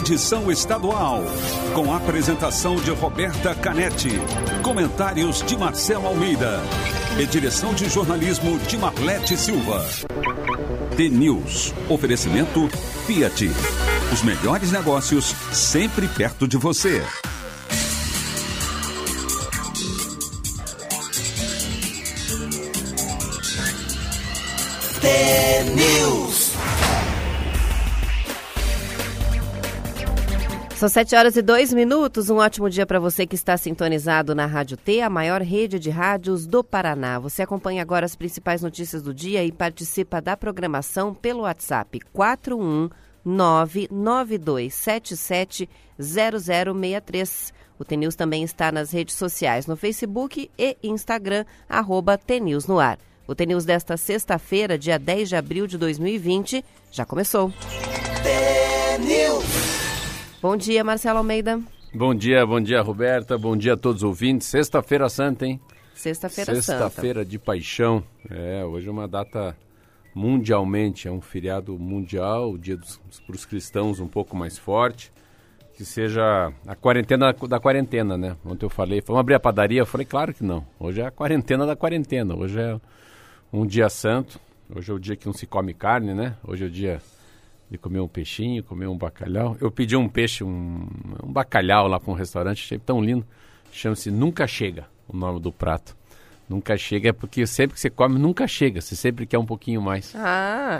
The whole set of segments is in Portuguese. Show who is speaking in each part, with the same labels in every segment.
Speaker 1: edição estadual, com a apresentação de Roberta Canetti, comentários de Marcelo Almeida e direção de jornalismo de Marlete Silva. T-News, oferecimento Fiat, os melhores negócios sempre perto de você.
Speaker 2: T-News.
Speaker 3: São 7h02. Um ótimo dia para você que está sintonizado na Rádio T, a maior rede de rádios do Paraná. Você acompanha agora as principais notícias do dia e participa da programação pelo WhatsApp 41992770063. O T-News também está nas redes sociais, no Facebook e Instagram, @T-News no ar. O T-News desta sexta-feira, dia 10 de abril de 2020, já começou.
Speaker 2: T-News.
Speaker 3: Bom dia, Marcelo Almeida.
Speaker 4: Bom dia, Roberta. Bom dia a todos os ouvintes. Sexta-feira Santa, hein?
Speaker 3: Sexta-feira Santa.
Speaker 4: Sexta-feira de paixão. Hoje é uma data mundialmente, é um feriado mundial, o dia para os cristãos um pouco mais forte. Que seja a quarentena da quarentena, né? Ontem eu falei, vamos abrir a padaria? Eu falei, claro que não. Hoje é a quarentena da quarentena. Hoje é um dia santo. Hoje é o dia que não se come carne, né? Hoje é o dia de comer um peixinho, comer um bacalhau. Eu pedi um peixe, um bacalhau lá para um restaurante, achei tão lindo. Chama-se Nunca Chega, o nome do prato. Nunca chega é porque sempre que você come, nunca chega. Você sempre quer um pouquinho mais.
Speaker 3: Ah!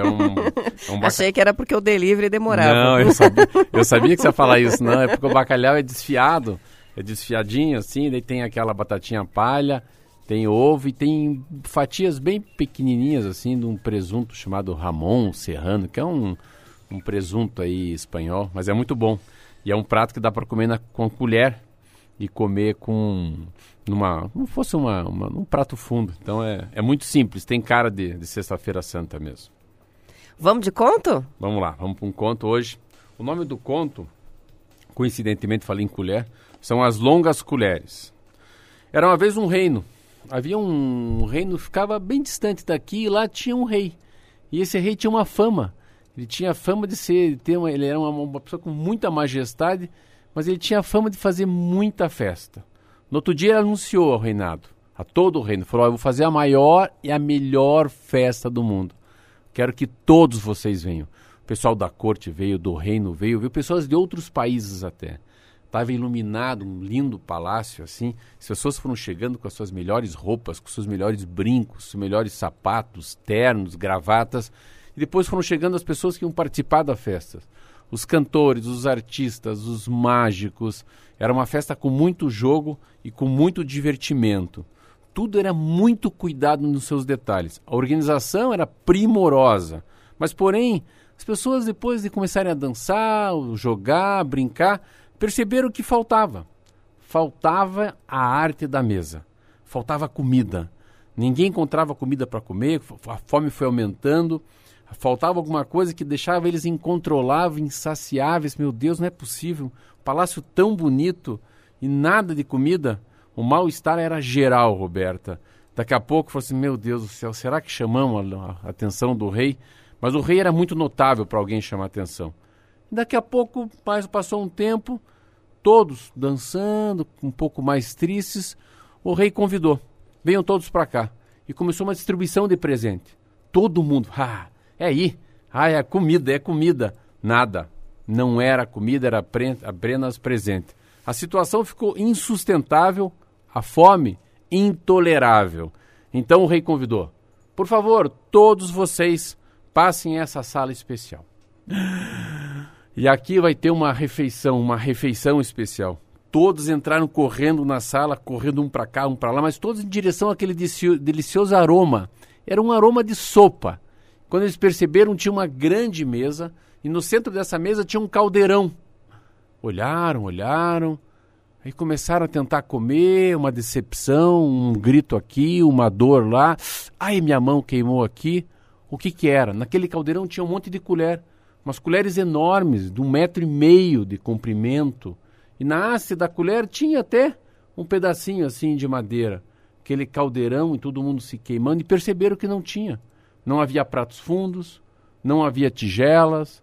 Speaker 4: Achei
Speaker 3: que era porque o delivery demorava.
Speaker 4: Não, eu sabia que você ia falar isso. Não, é porque o bacalhau é desfiado. É desfiadinho assim, daí tem aquela batatinha palha, tem ovo e tem fatias bem pequenininhas assim de um presunto chamado Ramon Serrano, que é um presunto aí espanhol, mas é muito bom. E é um prato que dá para comer com colher e comer como fosse um prato fundo. Então é muito simples, tem cara de Sexta-feira Santa mesmo.
Speaker 3: Vamos de conto?
Speaker 4: Vamos lá, vamos para um conto hoje. O nome do conto, coincidentemente falei em colher, são As Longas Colheres. Era uma vez um reino. Havia um reino que ficava bem distante daqui e lá tinha um rei. E esse rei tinha uma fama. Ele tinha fama de ele era uma pessoa com muita majestade, mas ele tinha fama de fazer muita festa. No outro dia ele anunciou ao reinado, a todo o reino, falou, eu vou fazer a maior e a melhor festa do mundo. Quero que todos vocês venham. O pessoal da corte veio, do reino veio pessoas de outros países até. Estava iluminado, um lindo palácio, assim. As pessoas foram chegando com as suas melhores roupas, com seus melhores brincos, seus melhores sapatos, ternos, gravatas. E depois foram chegando as pessoas que iam participar da festa. Os cantores, os artistas, os mágicos. Era uma festa com muito jogo e com muito divertimento. Tudo era muito cuidado nos seus detalhes. A organização era primorosa. Mas, porém, as pessoas depois de começarem a dançar, jogar, brincar, perceberam que faltava. Faltava a arte da mesa. Faltava comida. Ninguém encontrava comida para comer, a fome foi aumentando. Faltava alguma coisa que deixava eles incontroláveis, insaciáveis. Meu Deus, não é possível. Um palácio tão bonito e nada de comida. O mal-estar era geral, Roberta. Daqui a pouco, falou assim, meu Deus do céu, será que chamamos a atenção do rei? Mas o rei era muito notável para alguém chamar a atenção. Daqui a pouco, passou um tempo, todos dançando, um pouco mais tristes, o rei convidou. Venham todos para cá. E começou uma distribuição de presente. Todo mundo, é comida. Nada. Não era comida, era apenas presente. A situação ficou insustentável, a fome intolerável. Então o rei convidou, por favor, todos vocês passem essa sala especial. E aqui vai ter uma refeição especial. Todos entraram correndo na sala, correndo um para cá, um para lá, mas todos em direção àquele delicioso aroma. Era um aroma de sopa. Quando eles perceberam, tinha uma grande mesa e no centro dessa mesa tinha um caldeirão. Olharam, aí começaram a tentar comer, uma decepção, um grito aqui, uma dor lá. Ai, minha mão queimou aqui. O que era? Naquele caldeirão tinha um monte de colher. Umas colheres enormes, de 1,5 metro de comprimento. E na haste da colher tinha até um pedacinho assim de madeira. Aquele caldeirão e todo mundo se queimando, e perceberam que não tinha. Não havia pratos fundos, não havia tigelas,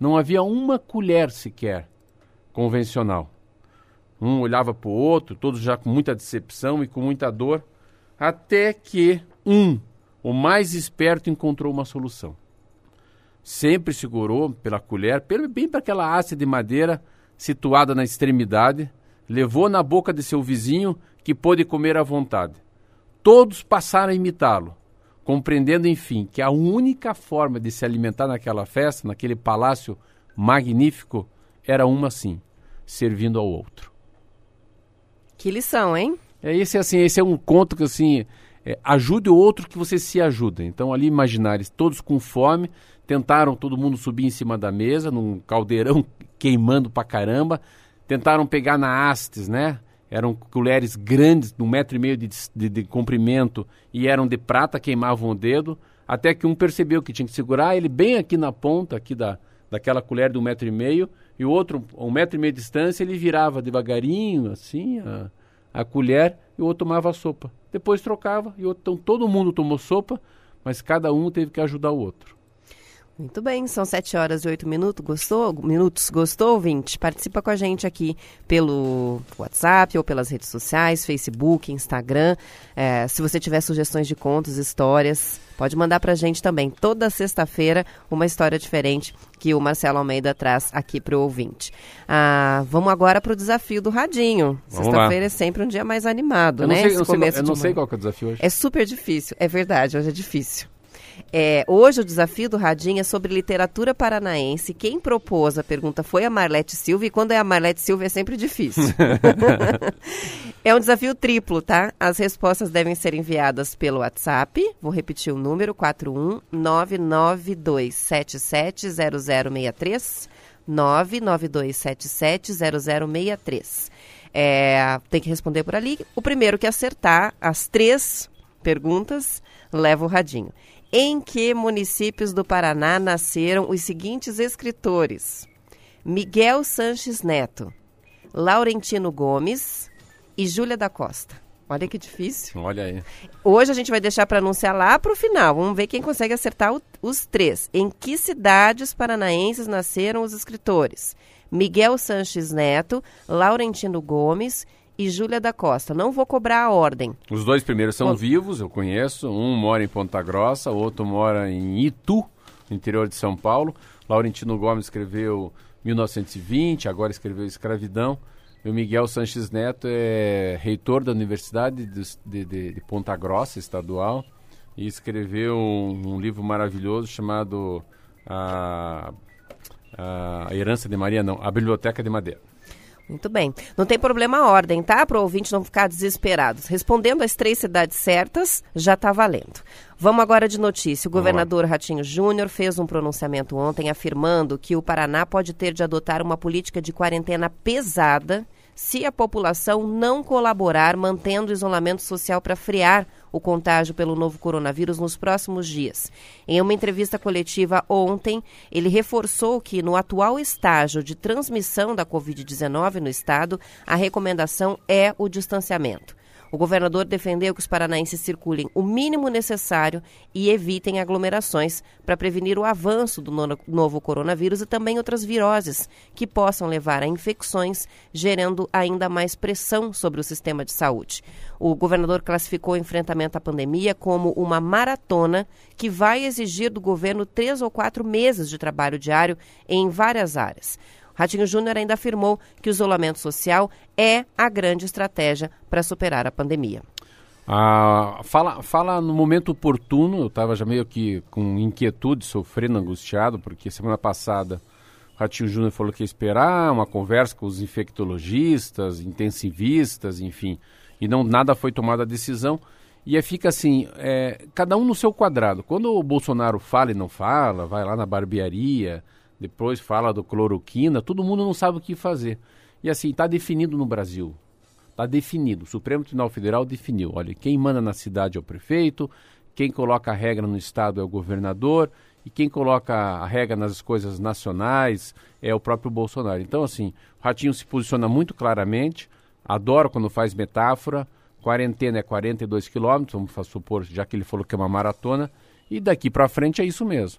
Speaker 4: não havia uma colher sequer convencional. Um olhava para o outro, todos já com muita decepção e com muita dor, até que o mais esperto, encontrou uma solução. Sempre segurou pela colher, bem para aquela haste de madeira situada na extremidade, levou na boca de seu vizinho, que pôde comer à vontade. Todos passaram a imitá-lo, compreendendo, enfim, que a única forma de se alimentar naquela festa, naquele palácio magnífico, era uma sim, servindo ao outro.
Speaker 3: Que lição, hein?
Speaker 4: Esse é um conto que, assim, ajude o outro que você se ajuda. Então, ali, imaginares, todos com fome, tentaram todo mundo subir em cima da mesa, num caldeirão queimando pra caramba, tentaram pegar na hastes, né? Eram colheres grandes, de 1,5 metro de comprimento, e eram de prata, queimavam o dedo, até que um percebeu que tinha que segurar ele bem aqui na ponta, aqui daquela colher de 1,5 metro, e o outro, a 1,5 metro de distância, ele virava devagarinho, assim, a colher, e o outro tomava a sopa. Depois trocava, e então todo mundo tomou sopa, mas cada um teve que ajudar o outro.
Speaker 3: Muito bem, são 7h08. Gostou, ouvinte? Participa com a gente aqui pelo WhatsApp ou pelas redes sociais, Facebook, Instagram. Se você tiver sugestões de contos, histórias, pode mandar pra gente também. Toda sexta-feira, uma história diferente que o Marcelo Almeida traz aqui pro ouvinte. Vamos agora pro desafio do Radinho. Sexta-feira é sempre um dia mais animado, né?
Speaker 4: Eu não sei qual que é o desafio hoje.
Speaker 3: É super difícil, é verdade, hoje é difícil. Hoje o desafio do Radinho é sobre literatura paranaense. Quem propôs a pergunta foi a Marlete Silva, e quando é a Marlete Silva é sempre difícil. É um desafio triplo, tá? As respostas devem ser enviadas pelo WhatsApp. Vou repetir o número: 41992770063. 992770063. Tem que responder por ali. O primeiro que acertar as 3 perguntas leva o Radinho. Em que municípios do Paraná nasceram os seguintes escritores? Miguel Sanches Neto, Laurentino Gomes e Júlia da Costa. Olha que difícil.
Speaker 4: Olha aí.
Speaker 3: Hoje a gente vai deixar para anunciar lá para o final. Vamos ver quem consegue acertar os 3. Em que cidades paranaenses nasceram os escritores? Miguel Sanches Neto, Laurentino Gomes e Júlia da Costa. Não vou cobrar a ordem.
Speaker 4: Os 2 primeiros são vivos, eu conheço. Um mora em Ponta Grossa, o outro mora em Itu, no interior de São Paulo. Laurentino Gomes escreveu 1920, agora escreveu Escravidão. E o Miguel Sanches Neto é reitor da Universidade de Ponta Grossa, estadual, e escreveu um livro maravilhoso chamado A Herança de Maria, não, A Biblioteca de Madeira.
Speaker 3: Muito bem. Não tem problema a ordem, tá? Para o ouvinte não ficar desesperado. Respondendo as 3 cidades certas, já está valendo. Vamos agora de notícia. O governador Ratinho Júnior fez um pronunciamento ontem afirmando que o Paraná pode ter de adotar uma política de quarentena pesada se a população não colaborar mantendo o isolamento social para frear o contágio pelo novo coronavírus nos próximos dias. Em uma entrevista coletiva ontem, ele reforçou que no atual estágio de transmissão da Covid-19 no estado, a recomendação é o distanciamento. O governador defendeu que os paranaenses circulem o mínimo necessário e evitem aglomerações para prevenir o avanço do novo coronavírus e também outras viroses que possam levar a infecções, gerando ainda mais pressão sobre o sistema de saúde. O governador classificou o enfrentamento à pandemia como uma maratona que vai exigir do governo 3 ou 4 meses de trabalho diário em várias áreas. Ratinho Júnior ainda afirmou que o isolamento social é a grande estratégia para superar a pandemia.
Speaker 4: Fala no momento oportuno. Eu estava já meio que com inquietude, sofrendo, angustiado, porque semana passada o Ratinho Júnior falou que ia esperar uma conversa com os infectologistas, intensivistas, enfim, e nada foi tomada a decisão. E aí fica assim, cada um no seu quadrado. Quando o Bolsonaro fala e não fala, vai lá na barbearia, depois fala do cloroquina, todo mundo não sabe o que fazer. E assim, está definido no Brasil. Está definido. O Supremo Tribunal Federal definiu. Olha, quem manda na cidade é o prefeito, quem coloca a regra no estado é o governador, e quem coloca a regra nas coisas nacionais é o próprio Bolsonaro. Então, assim, o Ratinho se posiciona muito claramente, adoro quando faz metáfora, quarentena é 42 quilômetros, vamos supor, já que ele falou que é uma maratona, e daqui para frente é isso mesmo.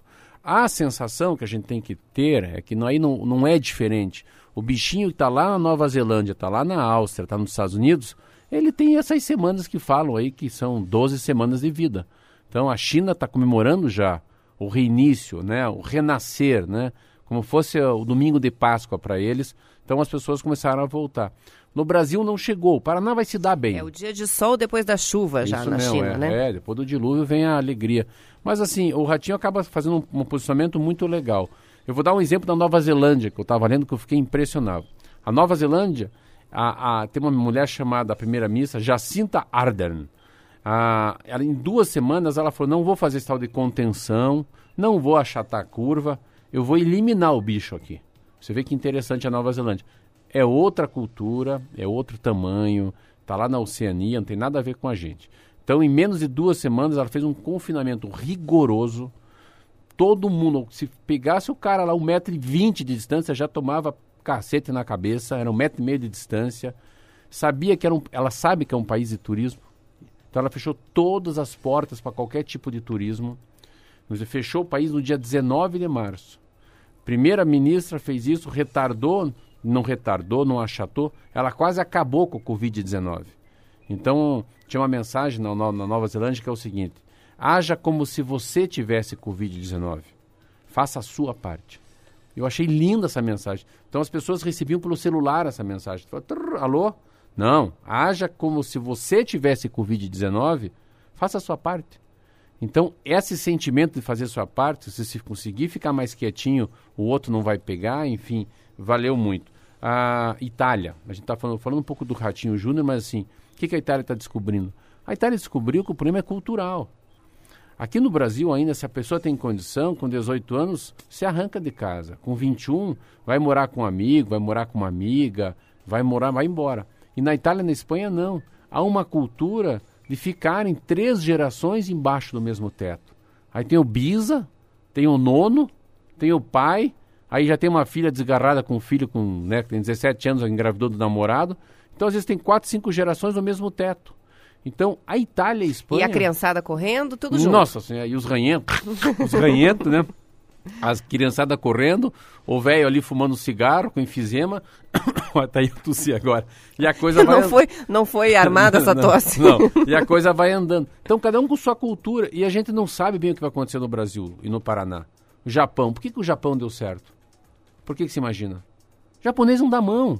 Speaker 4: A sensação que a gente tem que ter é que aí não é diferente. O bichinho que está lá na Nova Zelândia, está lá na Áustria, está nos Estados Unidos, ele tem essas semanas que falam aí que são 12 semanas de vida. Então a China está comemorando já o reinício, né, o renascer, né, como fosse o domingo de Páscoa para eles. Então as pessoas começaram a voltar. No Brasil não chegou, o Paraná vai se dar bem.
Speaker 3: É o dia de sol depois da chuva já na China, né?
Speaker 4: Depois do dilúvio vem a alegria. Mas assim, o Ratinho acaba fazendo um posicionamento muito legal. Eu vou dar um exemplo da Nova Zelândia, que eu estava lendo, que eu fiquei impressionado. A Nova Zelândia, tem uma mulher chamada, a primeira-ministra, Jacinda Ardern. Ela, em 2 semanas, ela falou, não vou fazer esse tal de contenção, não vou achatar a curva, eu vou eliminar o bicho aqui. Você vê que interessante a Nova Zelândia. É outra cultura, é outro tamanho, está lá na Oceania, não tem nada a ver com a gente. Então, em menos de 2 semanas, ela fez um confinamento rigoroso. Todo mundo, se pegasse o cara lá 1,20 m de distância, já tomava cacete na cabeça, era 1,5 m de distância. Sabia que ela sabe que é um país de turismo, então ela fechou todas as portas para qualquer tipo de turismo. Fechou o país no dia 19 de março. Primeira-ministra fez isso, não achatou, ela quase acabou com o Covid-19. Então, tinha uma mensagem na Nova Zelândia que é o seguinte: haja como se você tivesse Covid-19. Faça a sua parte. Eu achei linda essa mensagem. Então, as pessoas recebiam pelo celular essa mensagem. Alô? Não, haja como se você tivesse Covid-19, faça a sua parte. Então, esse sentimento de fazer a sua parte, se você conseguir ficar mais quietinho, o outro não vai pegar, enfim, valeu muito. A Itália, a gente está falando um pouco do Ratinho Júnior, mas assim, o que a Itália está descobrindo? A Itália descobriu que o problema é cultural. Aqui no Brasil ainda, se a pessoa tem condição, com 18 anos, se arranca de casa. Com 21, vai morar com um amigo, vai morar com uma amiga, vai embora. E na Itália e na Espanha, não. Há uma cultura de ficarem 3 gerações embaixo do mesmo teto. Aí tem o bisa, tem o nono, tem o pai, aí já tem uma filha desgarrada com um filho que tem 17 anos, engravidou do namorado. Então, às vezes, tem 4, 5 gerações no mesmo teto. Então, a Itália e a Espanha...
Speaker 3: E a criançada correndo, tudo junto.
Speaker 4: Nossa Senhora, e os ranhentos, né? As criançadas correndo, o velho ali fumando cigarro com enfisema. Até eu tossi agora. E a coisa vai...
Speaker 3: Não foi armada essa tosse.
Speaker 4: Não, e a coisa vai andando. Então, cada um com sua cultura. E a gente não sabe bem o que vai acontecer no Brasil e no Paraná. O Japão. Por que o Japão deu certo? Por que se imagina? O japonês não dá mão.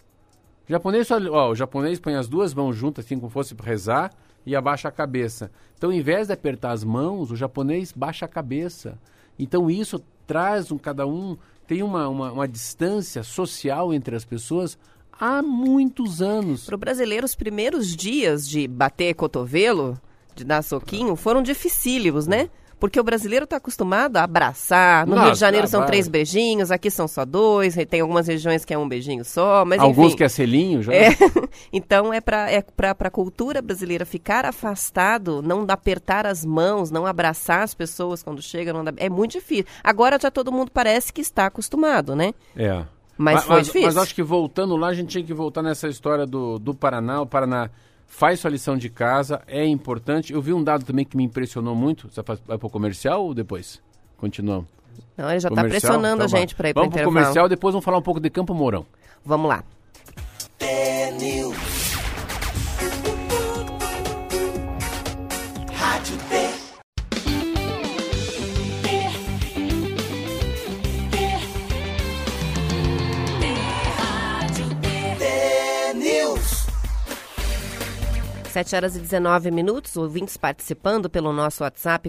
Speaker 4: O japonês põe as 2 mãos juntas, assim como fosse para rezar, e abaixa a cabeça. Então, ao invés de apertar as mãos, o japonês baixa a cabeça. Então, isso traz cada um... Tem uma distância social entre as pessoas há muitos anos.
Speaker 3: Para o brasileiro, os primeiros dias de bater cotovelo, de dar soquinho, foram dificílimos, né? Porque o brasileiro está acostumado a abraçar. No Rio de Janeiro são 3 beijinhos, aqui são só 2, tem algumas regiões que é 1 beijinho só, mas
Speaker 4: alguns
Speaker 3: enfim,
Speaker 4: que é selinho já.
Speaker 3: Então é para a cultura brasileira ficar afastado, não apertar as mãos, não abraçar as pessoas quando chega, é muito difícil. Agora já todo mundo parece que está acostumado, né? Mas foi difícil.
Speaker 4: Mas acho que voltando lá, a gente tinha que voltar nessa história do Paraná. O Paraná faz sua lição de casa, é importante. Eu vi um dado também que me impressionou muito. Você vai para o comercial ou depois? Continuamos.
Speaker 3: Não, ele já está pressionando a gente para ir para o intervalo.
Speaker 4: Vamos para o comercial, depois vamos falar um pouco de Campo Mourão.
Speaker 3: Vamos lá.
Speaker 2: Rádio T.
Speaker 3: 7h19, ouvintes participando pelo nosso WhatsApp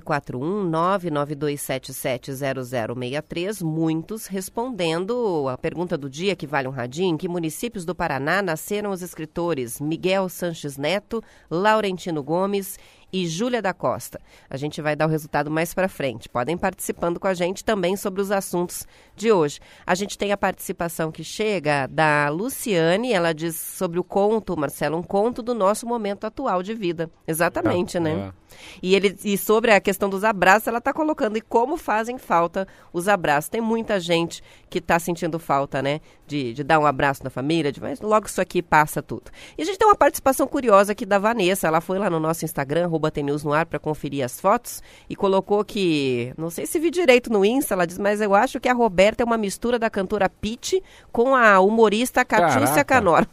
Speaker 3: 41992770063, muitos respondendo a pergunta do dia que vale um radinho: em que municípios do Paraná nasceram os escritores Miguel Sanches Neto, Laurentino Gomes e Júlia da Costa? A gente vai dar o resultado mais para frente. Podem participando com a gente também sobre os assuntos de hoje. A gente tem a participação que chega da Luciane. Ela diz sobre o conto, Marcelo, um conto do nosso momento atual de vida. Exatamente, né? E sobre a questão dos abraços, ela está colocando e como fazem falta os abraços. Tem muita gente que está sentindo falta, né? De dar um abraço na família, mas logo isso aqui passa tudo. E a gente tem uma participação curiosa aqui da Vanessa. Ela foi lá no nosso Instagram, @TNewsNoar para conferir as fotos e colocou que, não sei se vi direito no Insta, ela diz, mas eu acho que a Roberta é uma mistura da cantora Pitty com a humorista Catiúcia Canor.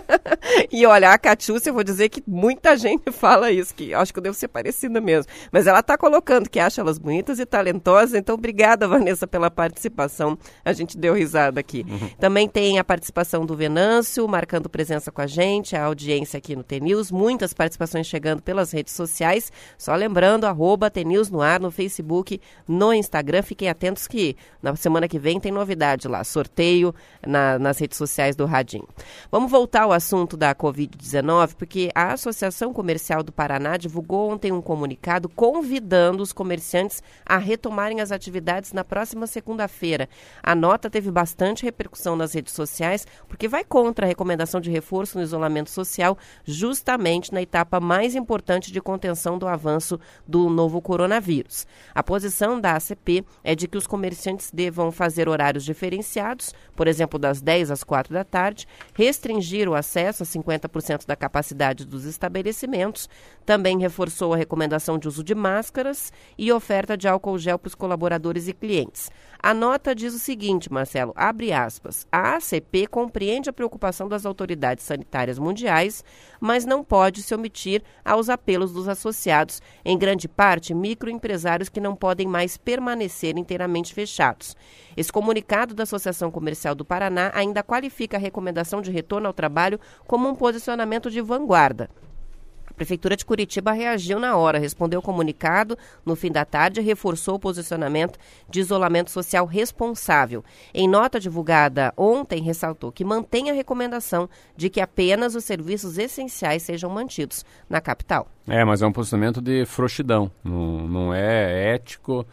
Speaker 3: E olha, a Catiúcia, eu vou dizer que muita gente fala isso, que acho que eu devo ser parecida mesmo. Mas ela está colocando que acha elas bonitas e talentosas, então obrigada, Vanessa, pela participação. A gente deu risada aqui. Também tem a participação do Venâncio, marcando presença com a gente, a audiência aqui no TNews, muitas participações chegando pelas redes sociais, só lembrando, @TNewsNoar no Facebook, no Instagram, fiquem atentos que na semana que vem tem novidade lá, sorteio nas redes sociais do Radinho. Vamos voltar ao assunto da Covid-19, porque a Associação Comercial do Paraná divulgou ontem um comunicado convidando os comerciantes a retomarem as atividades na próxima segunda-feira. A nota teve bastante repercussão nas redes sociais, porque vai contra a recomendação de reforço no isolamento social, justamente na etapa mais importante de contenção do avanço do novo coronavírus. A posição da ACP é de que os comerciantes devam fazer horários diferenciados, por exemplo, das 10 às 4 da tarde, restringir o acesso a 50% da capacidade dos estabelecimentos, também reforçou a recomendação de uso de máscaras e oferta de álcool gel para os colaboradores e clientes. A nota diz o seguinte, Marcelo, abre aspas, a ACP compreende a preocupação das autoridades sanitárias mundiais, mas não pode se omitir aos apelos dos associados, em grande parte microempresários que não podem mais permanecer inteiramente fechados. Esse comunicado da Associação Comercial do Paraná ainda qualifica a recomendação de retorno ao trabalho como um posicionamento de vanguarda. A Prefeitura de Curitiba reagiu na hora, respondeu o comunicado no fim da tarde e reforçou o posicionamento de isolamento social responsável. Em nota divulgada ontem, ressaltou que mantém a recomendação de que apenas os serviços essenciais sejam mantidos na capital.
Speaker 4: Mas é um posicionamento de frouxidão, não é ético,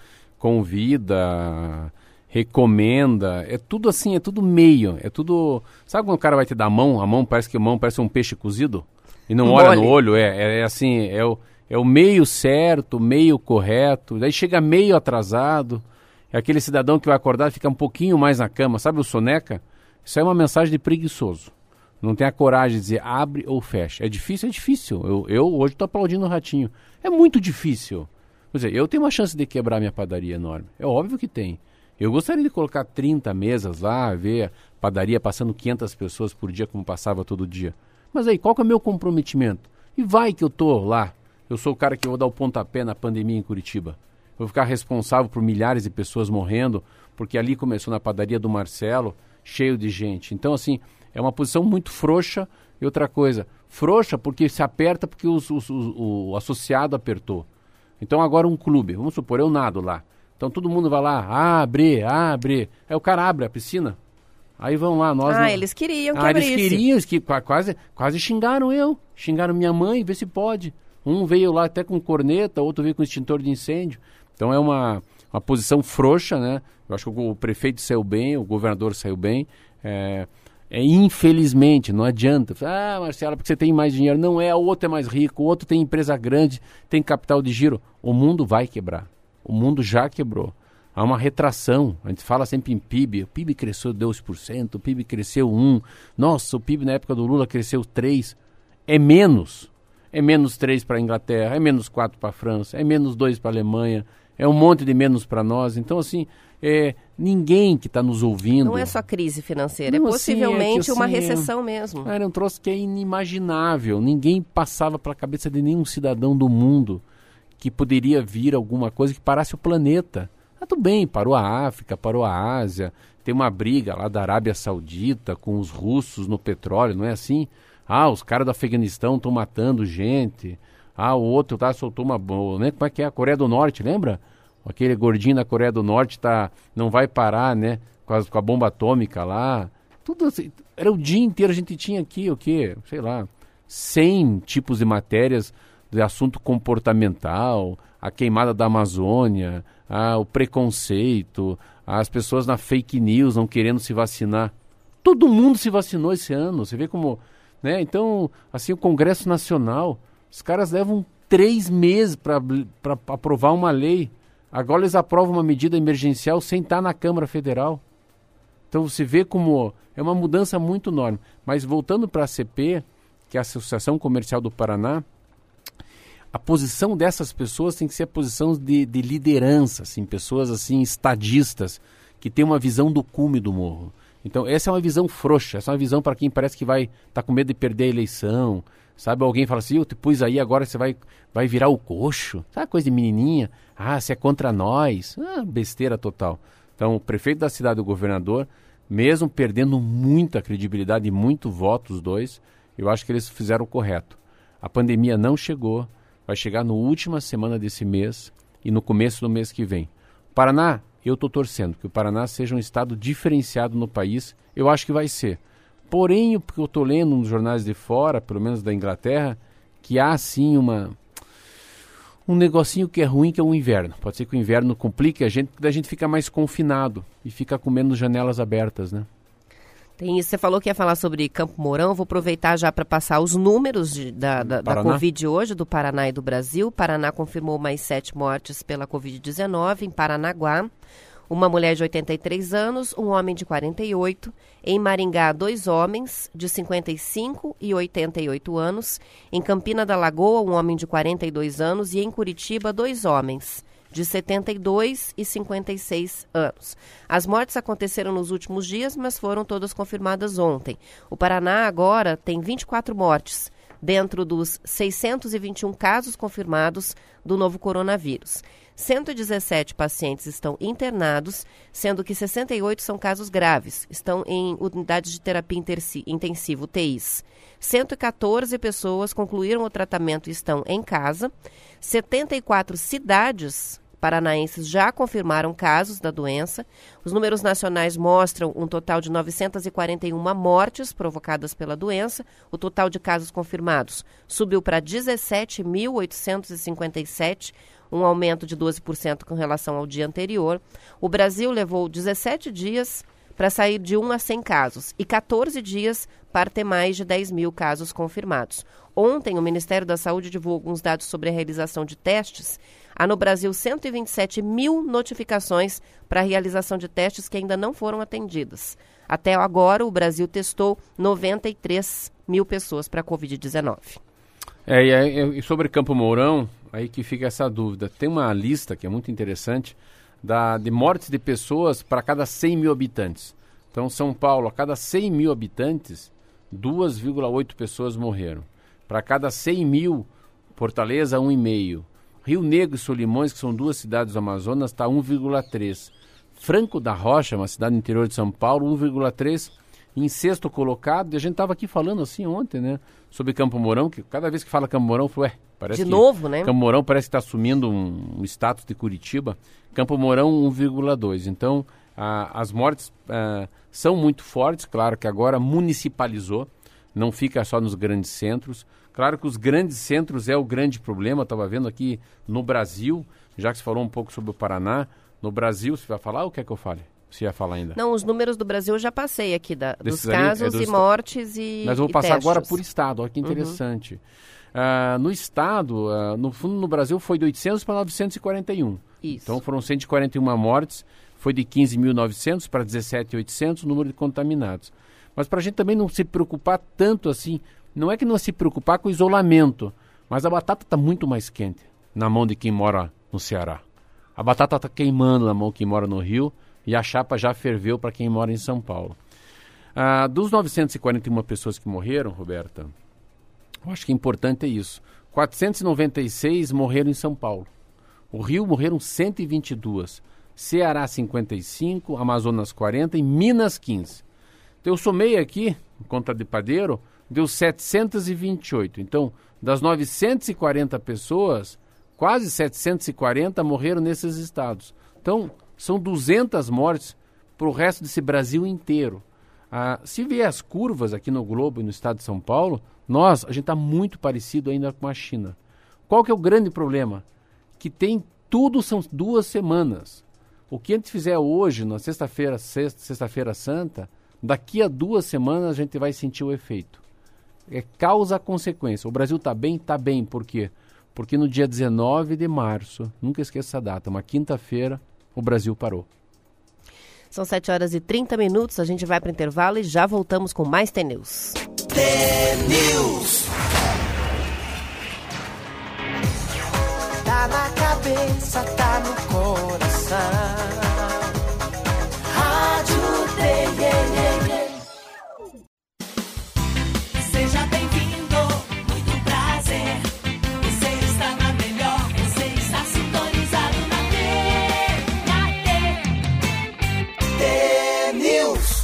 Speaker 4: convida, recomenda, é tudo assim, é tudo meio, é tudo... Sabe quando o cara vai te dar a mão parece um peixe cozido? E não olha no olho, é assim, é o meio certo, meio correto, daí chega meio atrasado, é aquele cidadão que vai acordar e fica um pouquinho mais na cama, sabe o soneca? Isso é uma mensagem de preguiçoso, não tem a coragem de dizer abre ou fecha, é difícil, eu hoje estou aplaudindo o Ratinho, é muito difícil, quer dizer, eu tenho uma chance de quebrar minha padaria enorme, é óbvio que tem, eu gostaria de colocar 30 mesas lá, ver a padaria passando 500 pessoas por dia como passava todo dia. Mas aí, qual que é o meu comprometimento? E vai que eu tô lá, eu sou o cara que vou dar o pontapé na pandemia em Curitiba. Eu vou ficar responsável por milhares de pessoas morrendo, porque ali começou na padaria do Marcelo, cheio de gente. Então, assim, é uma posição muito frouxa. E outra coisa, frouxa porque se aperta porque o associado apertou. Então, agora um clube, vamos supor, eu nado lá. Então, todo mundo vai lá, abre. Aí o cara abre a piscina. Aí vão lá, nós...
Speaker 3: eles queriam que abrisse.
Speaker 4: Eles queriam, quase xingaram eu. Xingaram minha mãe, vê se pode. Um veio lá até com corneta, outro veio com extintor de incêndio. Então é uma posição frouxa, né? Eu acho que o prefeito saiu bem, o governador saiu bem. Infelizmente, não adianta. Marcelo, porque você tem mais dinheiro. Não é, o outro é mais rico, o outro tem empresa grande, tem capital de giro. O mundo vai quebrar. O mundo já quebrou. Há uma retração, a gente fala sempre em PIB, o PIB cresceu 2%, o PIB cresceu 1%, nossa, o PIB na época do Lula cresceu 3%, é menos 3% para a Inglaterra, é menos 4% para a França, é menos 2% para a Alemanha, é um monte de menos para nós, então assim, ninguém que está nos ouvindo...
Speaker 3: Não é só crise financeira, é possivelmente uma recessão mesmo.
Speaker 4: Era um troço que é inimaginável, ninguém passava pela cabeça de nenhum cidadão do mundo que poderia vir alguma coisa que parasse o planeta. Tudo bem, parou a África, parou a Ásia, tem uma briga lá da Arábia Saudita com os russos no petróleo, não é assim? Os caras do Afeganistão estão matando gente, o outro soltou uma bomba, né? Como é que é? A Coreia do Norte, lembra? Aquele gordinho da Coreia do Norte não vai parar, né? Com a bomba atômica lá, tudo assim, era o dia inteiro, a gente tinha aqui, 100 tipos de matérias de assunto comportamental, a queimada da Amazônia, o preconceito, as pessoas na fake news não querendo se vacinar. Todo mundo se vacinou esse ano, você vê como... né? Então, assim, o Congresso Nacional, os caras levam 3 meses para aprovar uma lei. Agora eles aprovam uma medida emergencial sem estar na Câmara Federal. Então você vê como é uma mudança muito enorme. Mas voltando para a ACP, que é a Associação Comercial do Paraná, a posição dessas pessoas tem que ser a posição de liderança, assim, pessoas assim estadistas, que tem uma visão do cume do morro. Então essa é uma visão frouxa, essa é uma visão para quem parece que vai estar com medo de perder a eleição, sabe? Alguém fala assim, eu te pus aí, agora você vai virar o coxo, sabe, coisa de menininha, você é contra nós, besteira total. Então o prefeito da cidade e o governador, mesmo perdendo muita credibilidade e muito voto os dois, eu acho que eles fizeram o correto. A pandemia não chegou, vai chegar na última semana desse mês e no começo do mês que vem. Paraná, eu estou torcendo que o Paraná seja um estado diferenciado no país, eu acho que vai ser. Porém, o que eu estou lendo nos jornais de fora, pelo menos da Inglaterra, que há sim um negocinho que é ruim, que é o inverno. Pode ser que o inverno complique a gente, porque daí a gente fica mais confinado e fica com menos janelas abertas, né?
Speaker 3: Tem isso, você falou que ia falar sobre Campo Mourão, vou aproveitar já para passar os números da Covid hoje, do Paraná e do Brasil. O Paraná confirmou mais 7 mortes pela Covid-19 em Paranaguá. Uma mulher de 83 anos, um homem de 48. Em Maringá, 2 homens de 55 e 88 anos. Em Campina da Lagoa, um homem de 42 anos. E em Curitiba, 2 homens de 72 e 56 anos. As mortes aconteceram nos últimos dias, mas foram todas confirmadas ontem. O Paraná agora tem 24 mortes, dentro dos 621 casos confirmados do novo coronavírus. 117 pacientes estão internados, sendo que 68 são casos graves, estão em unidades de terapia intensiva, UTIs. 114 pessoas concluíram o tratamento e estão em casa. 74 cidades paranaenses já confirmaram casos da doença. Os números nacionais mostram um total de 941 mortes provocadas pela doença. O total de casos confirmados subiu para 17.857, um aumento de 12% com relação ao dia anterior. O Brasil levou 17 dias para sair de 1 a 100 casos e 14 dias para ter mais de 10 mil casos confirmados. Ontem, o Ministério da Saúde divulgou alguns dados sobre a realização de testes. Há no Brasil 127 mil notificações para a realização de testes que ainda não foram atendidas. Até agora, o Brasil testou 93 mil pessoas para a Covid-19.
Speaker 4: E sobre Campo Mourão, aí que fica essa dúvida. Tem uma lista que é muito interessante de mortes de pessoas para cada 100 mil habitantes. Então, São Paulo, a cada 100 mil habitantes, 2,8 pessoas morreram. Para cada 100 mil, Fortaleza, 1,5. Rio Negro e Solimões, que são 2 cidades do Amazonas, está 1,3. Franco da Rocha, uma cidade no interior de São Paulo, 1,3. Em sexto colocado, e a gente estava aqui falando assim ontem, né, sobre Campo Mourão, que cada vez que fala Campo Mourão, parece
Speaker 3: de novo, né?
Speaker 4: Campo Mourão parece que está assumindo um status de Curitiba. Campo Mourão, 1,2. Então, as mortes são muito fortes, claro que agora municipalizou, não fica só nos grandes centros. Claro que os grandes centros é o grande problema, estava vendo aqui no Brasil, já que você falou um pouco sobre o Paraná, no Brasil, você vai falar ou quer que eu fale? Você ia falar ainda?
Speaker 3: Não, os números do Brasil eu já passei aqui, dos casos e mortes e
Speaker 4: Mas eu vou passar
Speaker 3: testes.
Speaker 4: Agora por estado, olha que interessante. No estado, no fundo no Brasil foi de 800 para 941.
Speaker 3: Isso.
Speaker 4: Então foram 141 mortes, foi de 15.900 para 17.800 o número de contaminados. Mas para a gente também não se preocupar tanto assim, não é que não se preocupar com o isolamento, mas a batata está muito mais quente na mão de quem mora no Ceará. A batata está queimando na mão de quem mora no Rio e a chapa já ferveu para quem mora em São Paulo. Dos 941 pessoas que morreram, Roberta, eu acho que é importante é isso. 496 morreram em São Paulo. O Rio morreram 122. Ceará 55, Amazonas 40 e Minas 15. Então eu somei aqui, em conta de padeiro, deu 728. Então, das 940 pessoas, quase 740 morreram nesses estados. Então, são 200 mortes para o resto desse Brasil inteiro. Se ver as curvas aqui no Globo e no estado de São Paulo, a gente está muito parecido ainda com a China. Qual que é o grande problema? Que tem tudo, são 2 semanas. O que a gente fizer hoje, na sexta-feira santa, daqui a 2 semanas a gente vai sentir o efeito. É causa-consequência. O Brasil está bem? Está bem. Por quê? Porque no dia 19 de março, nunca esqueça essa data, uma quinta-feira, o Brasil parou.
Speaker 3: São 7h30, a gente vai para o intervalo e já voltamos com mais TNews.
Speaker 2: TNews. Tá na cabeça, tá no coração. Rádio TNN.
Speaker 5: Seja bem-vindo, muito prazer. Você está na melhor, você está sintonizado na
Speaker 2: T-News.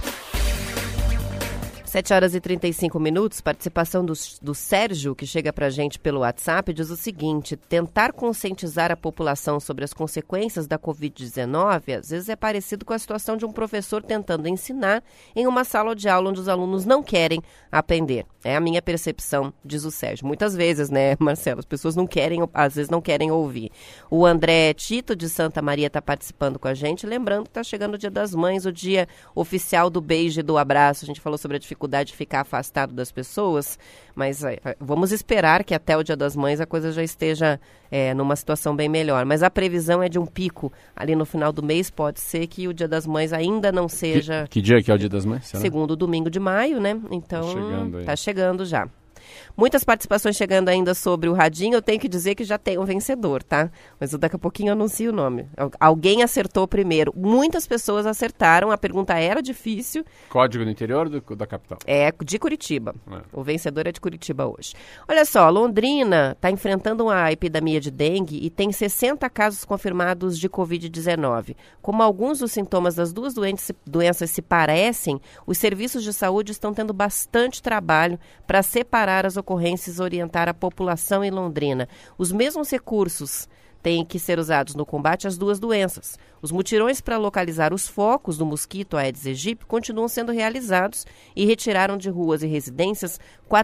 Speaker 3: 7h35, participação do Sérgio, que chega pra gente pelo WhatsApp, diz o seguinte: tentar conscientizar a população sobre as consequências da Covid-19, às vezes é parecido com a situação de um professor tentando ensinar em uma sala de aula onde os alunos não querem aprender. É a minha percepção, diz o Sérgio. Muitas vezes, né, Marcelo, as pessoas não querem, às vezes não querem ouvir. O André Tito, de Santa Maria, está participando com a gente, lembrando que está chegando o Dia das Mães, o dia oficial do beijo e do abraço. A gente falou sobre a dificuldade de ficar afastado das pessoas, mas vamos esperar que até o Dia das Mães a coisa já esteja numa situação bem melhor. Mas a previsão é de um pico ali no final do mês. Pode ser que o Dia das Mães ainda não seja...
Speaker 4: Que dia que é o Dia das Mães? Será?
Speaker 3: Segundo domingo de maio, né? Então,
Speaker 4: Tá
Speaker 3: chegando já. Muitas participações chegando ainda sobre o radinho. Eu tenho que dizer que já tem um vencedor, tá? Mas daqui a pouquinho eu anuncio o nome. Alguém acertou primeiro. Muitas pessoas acertaram. A pergunta era difícil.
Speaker 4: Código do interior ou da capital?
Speaker 3: É de Curitiba. O vencedor é de Curitiba hoje. Olha só, Londrina está enfrentando uma epidemia de dengue e tem 60 casos confirmados de Covid-19. Como alguns dos sintomas das duas doenças se parecem, os serviços de saúde estão tendo bastante trabalho para separar as ocorrências e orientar a população em Londrina. Os mesmos recursos têm que ser usados no combate às duas doenças. Os mutirões para localizar os focos do mosquito Aedes aegypti continuam sendo realizados e retiraram de ruas e residências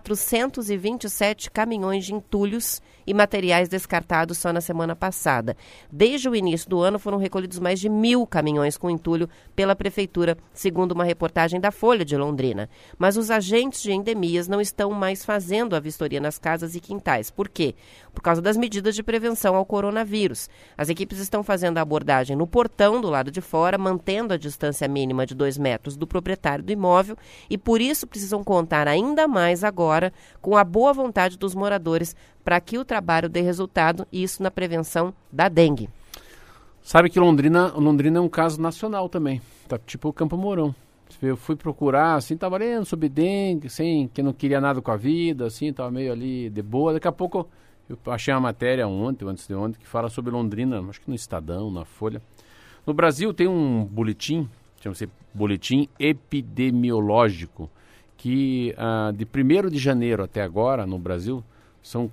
Speaker 3: 427 caminhões de entulhos e materiais descartados só na semana passada. Desde o início do ano foram recolhidos mais de 1.000 caminhões com entulho pela Prefeitura, segundo uma reportagem da Folha de Londrina. Mas os agentes de endemias não estão mais fazendo a vistoria nas casas e quintais. Por quê? Por causa das medidas de prevenção ao coronavírus. As equipes estão fazendo a abordagem no portão do lado de fora, mantendo a distância mínima de 2 metros do proprietário do imóvel e por isso precisam contar ainda mais agora com a boa vontade dos moradores para que o trabalho dê resultado, e isso na prevenção da dengue.
Speaker 4: Sabe que Londrina é um caso nacional também, tá tipo o Campo Mourão. Eu fui procurar, assim, tava lendo sobre dengue, assim, que não queria nada com a vida, assim, tava meio ali de boa. Daqui a pouco eu achei uma matéria antes de ontem, que fala sobre Londrina, acho que no Estadão, na Folha. No Brasil tem um boletim, chama-se Boletim Epidemiológico, que de 1º de janeiro até agora, no Brasil, são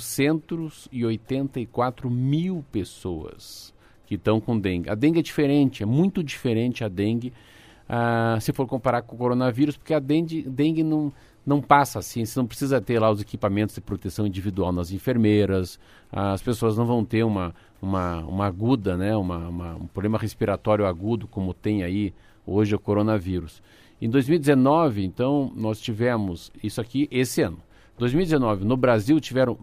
Speaker 4: 484 mil pessoas que estão com dengue. A dengue é diferente, é muito diferente a dengue, se for comparar com o coronavírus, porque a dengue não passa assim, você não precisa ter lá os equipamentos de proteção individual nas enfermeiras, as pessoas não vão ter uma aguda, né, um problema respiratório agudo, como tem aí hoje o coronavírus. Em 2019, então, nós tivemos isso aqui esse ano. 2019, no Brasil, tiveram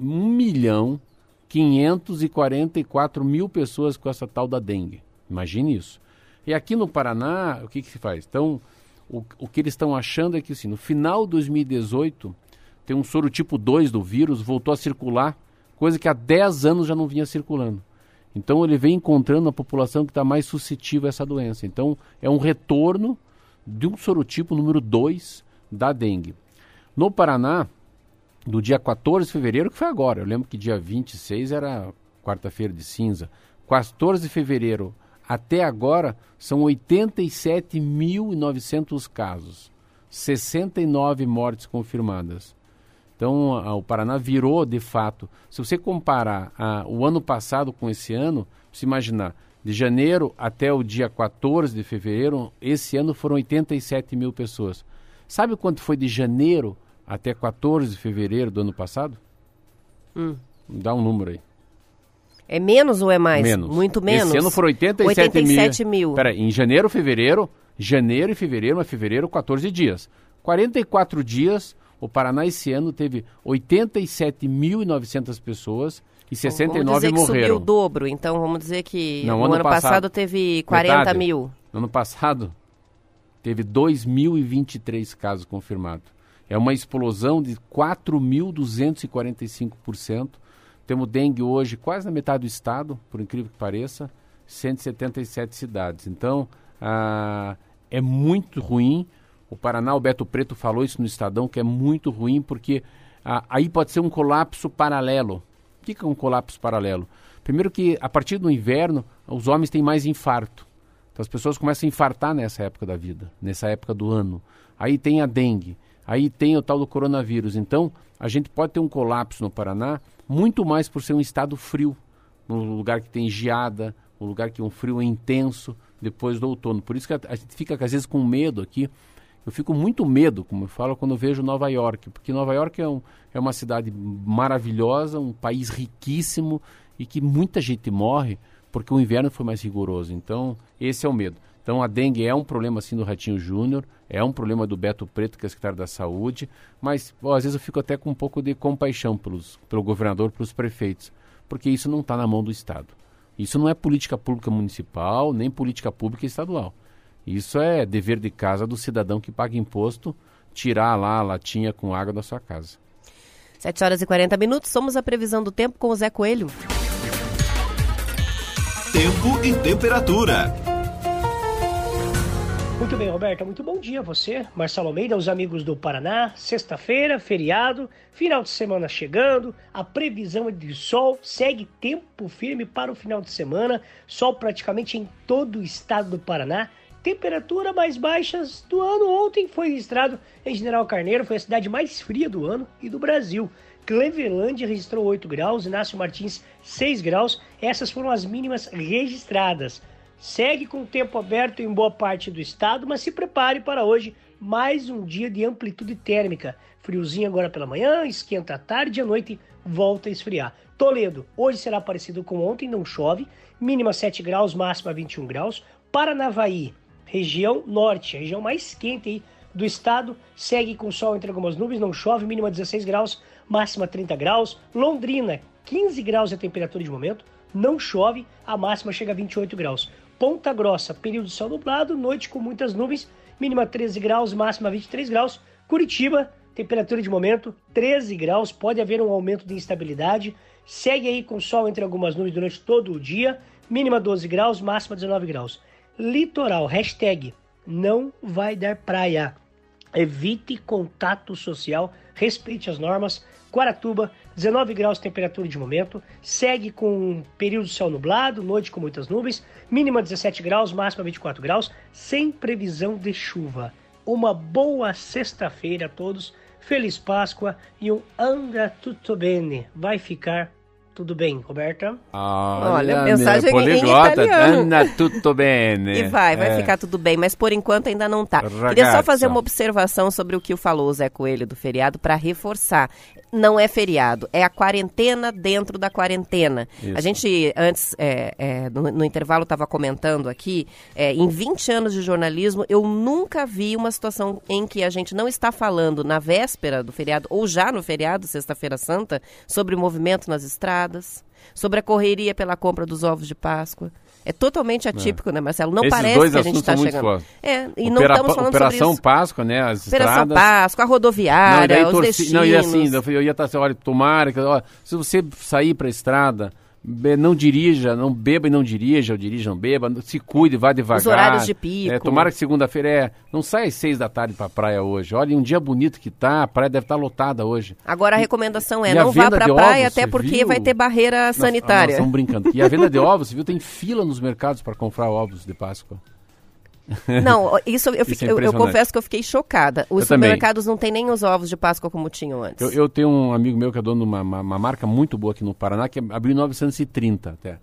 Speaker 4: 1.544.000 pessoas com essa tal da dengue. Imagine isso. E aqui no Paraná, o que se faz? Então, o que eles estão achando é que, assim, no final de 2018, tem um soro tipo 2 do vírus, voltou a circular, coisa que há 10 anos já não vinha circulando. Então, ele vem encontrando a população que está mais suscetível a essa doença. Então, é um retorno de um sorotipo número 2 da dengue. No Paraná, do dia 14 de fevereiro, que foi agora, eu lembro que dia 26 era quarta-feira de cinza, 14 de fevereiro até agora são 87.900 casos, 69 mortes confirmadas. Então o Paraná virou de fato, se você comparar o ano passado com esse ano, se imaginar, de janeiro até o dia 14 de fevereiro, esse ano foram 87 mil pessoas. Sabe quanto foi de janeiro até 14 de fevereiro do ano passado? Dá um número aí.
Speaker 3: É menos ou é mais?
Speaker 4: Menos.
Speaker 3: Muito menos?
Speaker 4: Esse ano foram 87 mil. Peraí, em janeiro e fevereiro, mas fevereiro 14 dias. 44 dias, o Paraná esse ano teve 87.900 pessoas e 69
Speaker 3: vamos dizer que
Speaker 4: morreram.
Speaker 3: Subiu o dobro, então vamos dizer que
Speaker 4: Não,
Speaker 3: no ano passado teve 40
Speaker 4: metade.
Speaker 3: mil.
Speaker 4: No ano passado teve 2.023 casos confirmados. É uma explosão de 4.245%. Temos dengue hoje quase na metade do estado, por incrível que pareça, 177 cidades. Então, é muito ruim. O Paraná, o Beto Preto falou isso no Estadão, que é muito ruim porque aí pode ser um colapso paralelo. O que é um colapso paralelo? Primeiro que, a partir do inverno, os homens têm mais infarto. Então, as pessoas começam a infartar nessa época da vida, nessa época do ano. Aí tem a dengue, aí tem o tal do coronavírus. Então, a gente pode ter um colapso no Paraná, muito mais por ser um estado frio, num lugar que tem geada, um lugar que um frio é intenso depois do outono. Por isso que a gente fica, às vezes, com medo aqui. Eu fico muito medo, como eu falo, quando eu vejo Nova York, porque Nova York é uma cidade maravilhosa, um país riquíssimo e que muita gente morre porque o inverno foi mais rigoroso. Então, esse é o medo. Então, a dengue é um problema, assim, do Ratinho Júnior, é um problema do Beto Preto, que é secretário da Saúde, mas, às vezes eu fico até com um pouco de compaixão pelo governador, pelos prefeitos, porque isso não está na mão do Estado. Isso não é política pública municipal, nem política pública estadual. Isso é dever de casa do cidadão que paga imposto, tirar lá a latinha com água da sua casa.
Speaker 3: 7h40, somos a previsão do tempo com o Zé Coelho.
Speaker 6: Tempo e temperatura.
Speaker 7: Muito bem, Roberta, muito bom dia a você, Marcelo Almeida, aos amigos do Paraná. Sexta-feira, feriado, final de semana chegando, a previsão é de sol, segue tempo firme para o final de semana, sol praticamente em todo o estado do Paraná. Temperatura mais baixas do ano. Ontem foi registrado em General Carneiro, foi a cidade mais fria do ano e do Brasil. Clevelândia registrou 8 graus, Inácio Martins 6 graus, essas foram as mínimas registradas. Segue com o tempo aberto em boa parte do estado, mas se prepare para hoje mais um dia de amplitude térmica. Friozinho agora pela manhã, esquenta à tarde e à noite volta a esfriar. Toledo, hoje será parecido com ontem, não chove, mínima 7 graus, máxima 21 graus. Paranavaí, região norte, a região mais quente aí do estado, segue com sol entre algumas nuvens, não chove, mínima 16 graus, máxima 30 graus. Londrina, 15 graus é a temperatura de momento, não chove, a máxima chega a 28 graus. Ponta Grossa, período de sol nublado, noite com muitas nuvens, mínima 13 graus, máxima 23 graus. Curitiba, temperatura de momento 13 graus, pode haver um aumento de instabilidade, segue aí com sol entre algumas nuvens durante todo o dia, mínima 12 graus, máxima 19 graus. Litoral, hashtag, não vai dar praia. Evite contato social, respeite as normas. Guaratuba, 19 graus temperatura de momento, segue com período de céu nublado, noite com muitas nuvens, mínima 17 graus, máxima 24 graus, sem previsão de chuva. Uma boa sexta-feira a todos, feliz Páscoa e um anda tutto bene. Vai ficar tudo bem, Roberta?
Speaker 3: Olha, mensagem em italiano.
Speaker 4: Anda tutto bene.
Speaker 3: E vai ficar tudo bem, mas por enquanto ainda não tá.
Speaker 4: Ragazza.
Speaker 3: Queria só fazer uma observação sobre o que falou o Zé Coelho do feriado para reforçar. Não é feriado, é a quarentena dentro da quarentena.
Speaker 4: Isso.
Speaker 3: A gente antes, no intervalo, estava comentando aqui, em 20 anos de jornalismo, eu nunca vi uma situação em que a gente não está falando na véspera do feriado, ou já no feriado, Sexta-feira Santa, sobre o movimento nas estradas, sobre a correria pela compra dos ovos de Páscoa. É totalmente atípico, né, Marcelo? Não
Speaker 4: Esses
Speaker 3: parece
Speaker 4: dois
Speaker 3: que a gente está
Speaker 4: assuntos são
Speaker 3: chegando.
Speaker 4: muito
Speaker 3: E não estamos falando
Speaker 4: Operação
Speaker 3: sobre isso.
Speaker 4: Páscoa, né? As
Speaker 3: Operação
Speaker 4: estradas.
Speaker 3: Páscoa, a rodoviária, os destinos.
Speaker 4: Não, e assim, eu ia estar assim, olha, tomara, se você sair para a estrada, não dirija, não beba e não dirija, ou dirija, não beba, se cuide, vá devagar.
Speaker 3: Os horários de pico.
Speaker 4: Tomara que segunda-feira não saia às 6 da tarde para a praia hoje. Olha, um dia bonito que tá, a praia deve estar lotada hoje.
Speaker 3: Agora a recomendação é,
Speaker 4: e
Speaker 3: não vá
Speaker 4: venda
Speaker 3: para a
Speaker 4: de
Speaker 3: praia,
Speaker 4: ovos,
Speaker 3: até
Speaker 4: você
Speaker 3: porque
Speaker 4: viu?
Speaker 3: vai ter barreira sanitária.
Speaker 4: Nós estamos brincando. E a venda de ovos, você viu, tem fila nos mercados para comprar ovos de Páscoa.
Speaker 3: Não, isso eu
Speaker 4: impressionante.
Speaker 3: confesso que eu fiquei chocada. Os supermercados não têm nem os ovos de Páscoa como tinham antes.
Speaker 4: Eu tenho um amigo meu que é dono de uma marca muito boa aqui no Paraná, que abriu em 1930 até.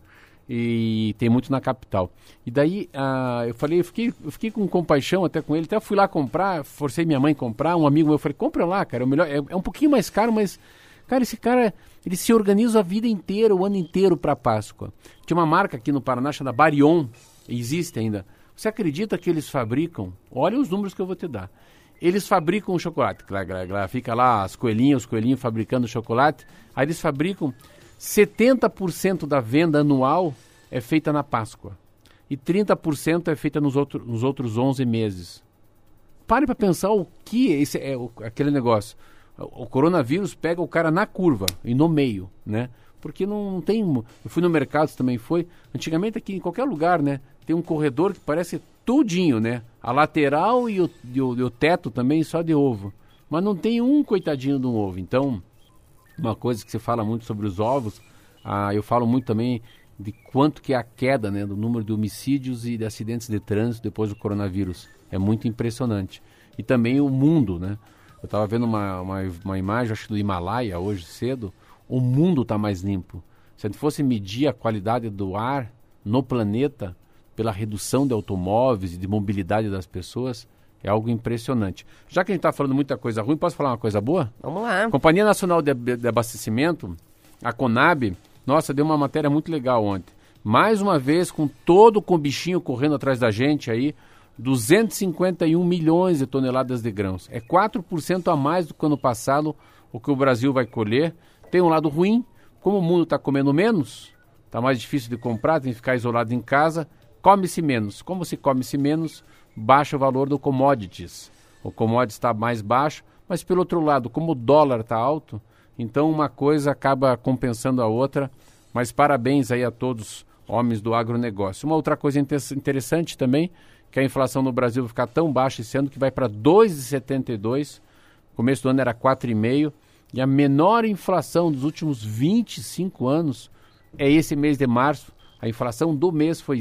Speaker 4: E tem muito na capital. E daí, eu fiquei com compaixão até com ele. Até fui lá comprar, forcei minha mãe a comprar. Um amigo meu, falei, compra lá, cara, é o melhor. É um pouquinho mais caro, mas, cara, esse cara, ele se organiza a vida inteira, o ano inteiro para Páscoa. Tinha uma marca aqui no Paraná chamada Barion, existe ainda. Você acredita que eles fabricam? Olha os números que eu vou te dar. Eles fabricam o chocolate. Fica lá os coelhinhos fabricando chocolate. Aí eles fabricam 70% da venda anual é feita na Páscoa. E 30% é feita nos outros 11 meses. Pare para pensar o que esse aquele negócio. O coronavírus pega o cara na curva e no meio, né? Porque não tem... Eu fui no mercado, você também foi. Antigamente aqui em qualquer lugar, né? Tem um corredor que parece tudinho, né? A lateral e o teto também só de ovo. Mas não tem um coitadinho de um ovo. Então, uma coisa que se fala muito sobre os ovos, eu falo muito também de quanto que é a queda, né? Do número de homicídios e de acidentes de trânsito depois do coronavírus. É muito impressionante. E também o mundo, né? Eu estava vendo uma imagem, acho que do Himalaia, hoje cedo. O mundo está mais limpo. Se a gente fosse medir a qualidade do ar no planeta, pela redução de automóveis e de mobilidade das pessoas, é algo impressionante. Já que a gente está falando muita coisa ruim, posso falar uma coisa boa?
Speaker 3: Vamos lá.
Speaker 4: Companhia Nacional de Abastecimento, a Conab, nossa, deu uma matéria muito legal ontem. Mais uma vez, com o bichinho correndo atrás da gente aí, 251 milhões de toneladas de grãos. É 4% a mais do que o ano passado, o que o Brasil vai colher. Tem um lado ruim, como o mundo está comendo menos, está mais difícil de comprar, tem que ficar isolado em casa, come-se menos. Como se come-se menos, baixa o valor do commodities. O commodities está mais baixo, mas pelo outro lado, como o dólar está alto, então uma coisa acaba compensando a outra. Mas parabéns aí a todos homens do agronegócio. Uma outra coisa interessante também, que a inflação no Brasil vai ficar tão baixa esse ano que vai para 2,72. Começo do ano era 4,5. E a menor inflação dos últimos 25 anos é esse mês de março. A inflação do mês foi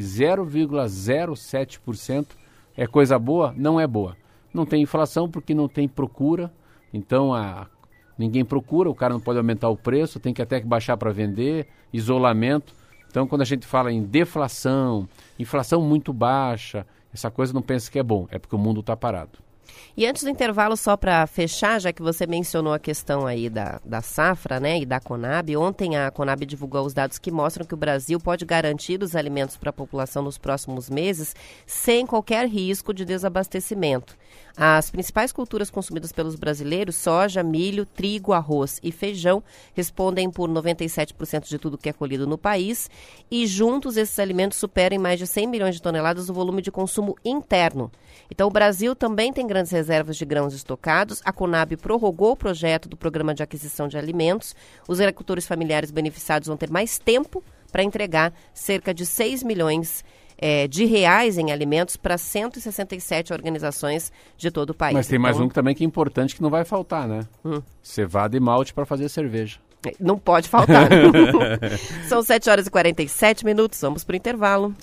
Speaker 4: 0,07%. É coisa boa? Não é boa. Não tem inflação porque não tem procura. Então ninguém procura, o cara não pode aumentar o preço, tem que até baixar para vender, isolamento. Então quando a gente fala em deflação, inflação muito baixa, essa coisa não pensa que é bom, é porque o mundo está parado.
Speaker 3: E antes do intervalo, só para fechar, já que você mencionou a questão aí da safra, né, e da Conab, ontem a Conab divulgou os dados que mostram que o Brasil pode garantir os alimentos para a população nos próximos meses sem qualquer risco de desabastecimento. As principais culturas consumidas pelos brasileiros, soja, milho, trigo, arroz e feijão, respondem por 97% de tudo que é colhido no país e juntos esses alimentos superam em mais de 100 milhões de toneladas o volume de consumo interno. Então o Brasil também tem grandes reservas de grãos estocados. A Conab prorrogou o projeto do Programa de Aquisição de Alimentos. Os agricultores familiares beneficiados vão ter mais tempo para entregar cerca de 6 milhões de reais em alimentos para 167 organizações de todo o país.
Speaker 4: Mas tem mais um também que é importante que não vai faltar, né? Cevada e malte para fazer cerveja.
Speaker 3: Não pode faltar. São 7h47, vamos para o intervalo.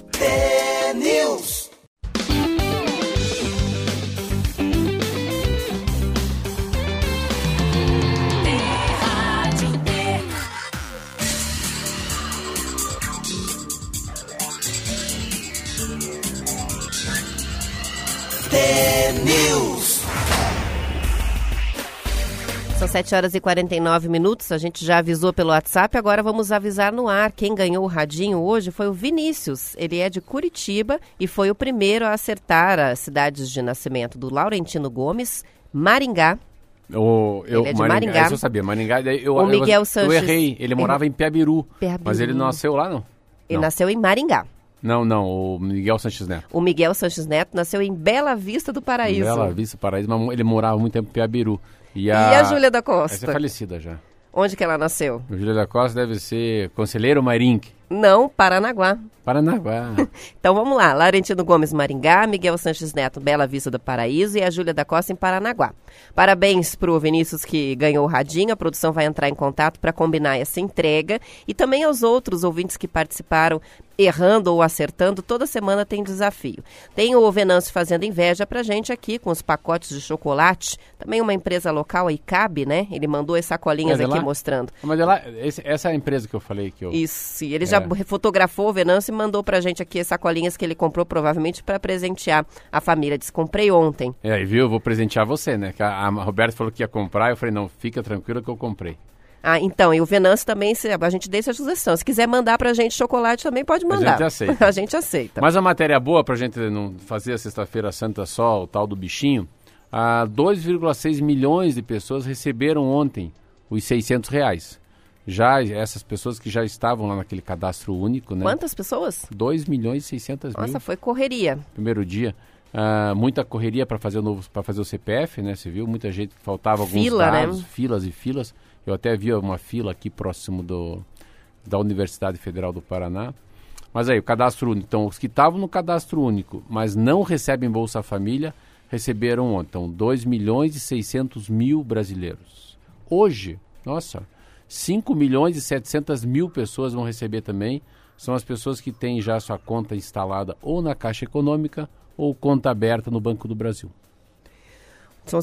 Speaker 2: News. News.
Speaker 3: São 7h49, a gente já avisou pelo WhatsApp, agora vamos avisar no ar. Quem ganhou o radinho hoje foi o Vinícius, ele é de Curitiba e foi o primeiro a acertar as cidades de nascimento do Laurentino Gomes, Maringá.
Speaker 4: Ele é de Maringá. Isso eu sabia, Maringá.
Speaker 3: O Miguel Sanches.
Speaker 4: Eu errei, ele morava em Piabiru, mas ele nasceu lá, não?
Speaker 3: Ele nasceu em Maringá.
Speaker 4: Não, o Miguel Sanches Neto.
Speaker 3: O Miguel Sanches Neto nasceu em Bela Vista do Paraíso.
Speaker 4: Bela Vista do Paraíso, mas ele morava muito tempo em Piabiru. E
Speaker 3: a Júlia da Costa?
Speaker 4: Essa é falecida já.
Speaker 3: Onde que ela nasceu?
Speaker 4: A Júlia da Costa deve ser Conselheiro Mairink.
Speaker 3: Não, Paranaguá.
Speaker 4: Paranaguá.
Speaker 3: Então vamos lá, Laurentino Gomes, Maringá, Miguel Sanches Neto, Bela Vista do Paraíso e a Júlia da Costa em Paranaguá. Parabéns pro Vinícius que ganhou o radinho, a produção vai entrar em contato para combinar essa entrega e também aos outros ouvintes que participaram errando ou acertando, toda semana tem desafio. Tem o Venâncio fazendo inveja pra gente aqui com os pacotes de chocolate, também uma empresa local, a ICAB, né? Ele mandou as sacolinhas aqui mostrando.
Speaker 4: Mas essa é a empresa que eu falei que eu...
Speaker 3: Isso, e ele já fotografou o Venâncio e mandou pra gente aqui as sacolinhas que ele comprou provavelmente para presentear a família. Diz, comprei ontem.
Speaker 4: E viu, eu vou presentear você, né? Que a Roberta falou que ia comprar, eu falei, não, fica tranquilo que eu comprei.
Speaker 3: Então, e o Venâncio também, a gente deixa a sugestão. Se quiser mandar pra gente chocolate, também pode mandar.
Speaker 4: A gente aceita.
Speaker 3: A gente aceita.
Speaker 4: Mas a matéria boa pra gente não fazer a Sexta-feira Santa só, o tal do bichinho, 2,6 milhões de pessoas receberam ontem os R$600. Já essas pessoas que já estavam lá naquele cadastro único, né?
Speaker 3: Quantas pessoas?
Speaker 4: 2.600.000.
Speaker 3: Nossa, foi correria.
Speaker 4: Primeiro dia. Muita correria para fazer o CPF, né? Você viu? Muita gente, faltava alguns dados, né? Filas e filas. Eu até vi uma fila aqui próximo da Universidade Federal do Paraná. Mas aí, o cadastro único. Então, os que estavam no cadastro único, mas não recebem Bolsa Família, receberam ontem. Então, 2.600.000 brasileiros. Hoje, 5.700.000 pessoas vão receber também. São as pessoas que têm já sua conta instalada ou na Caixa Econômica ou conta aberta no Banco do Brasil.
Speaker 3: São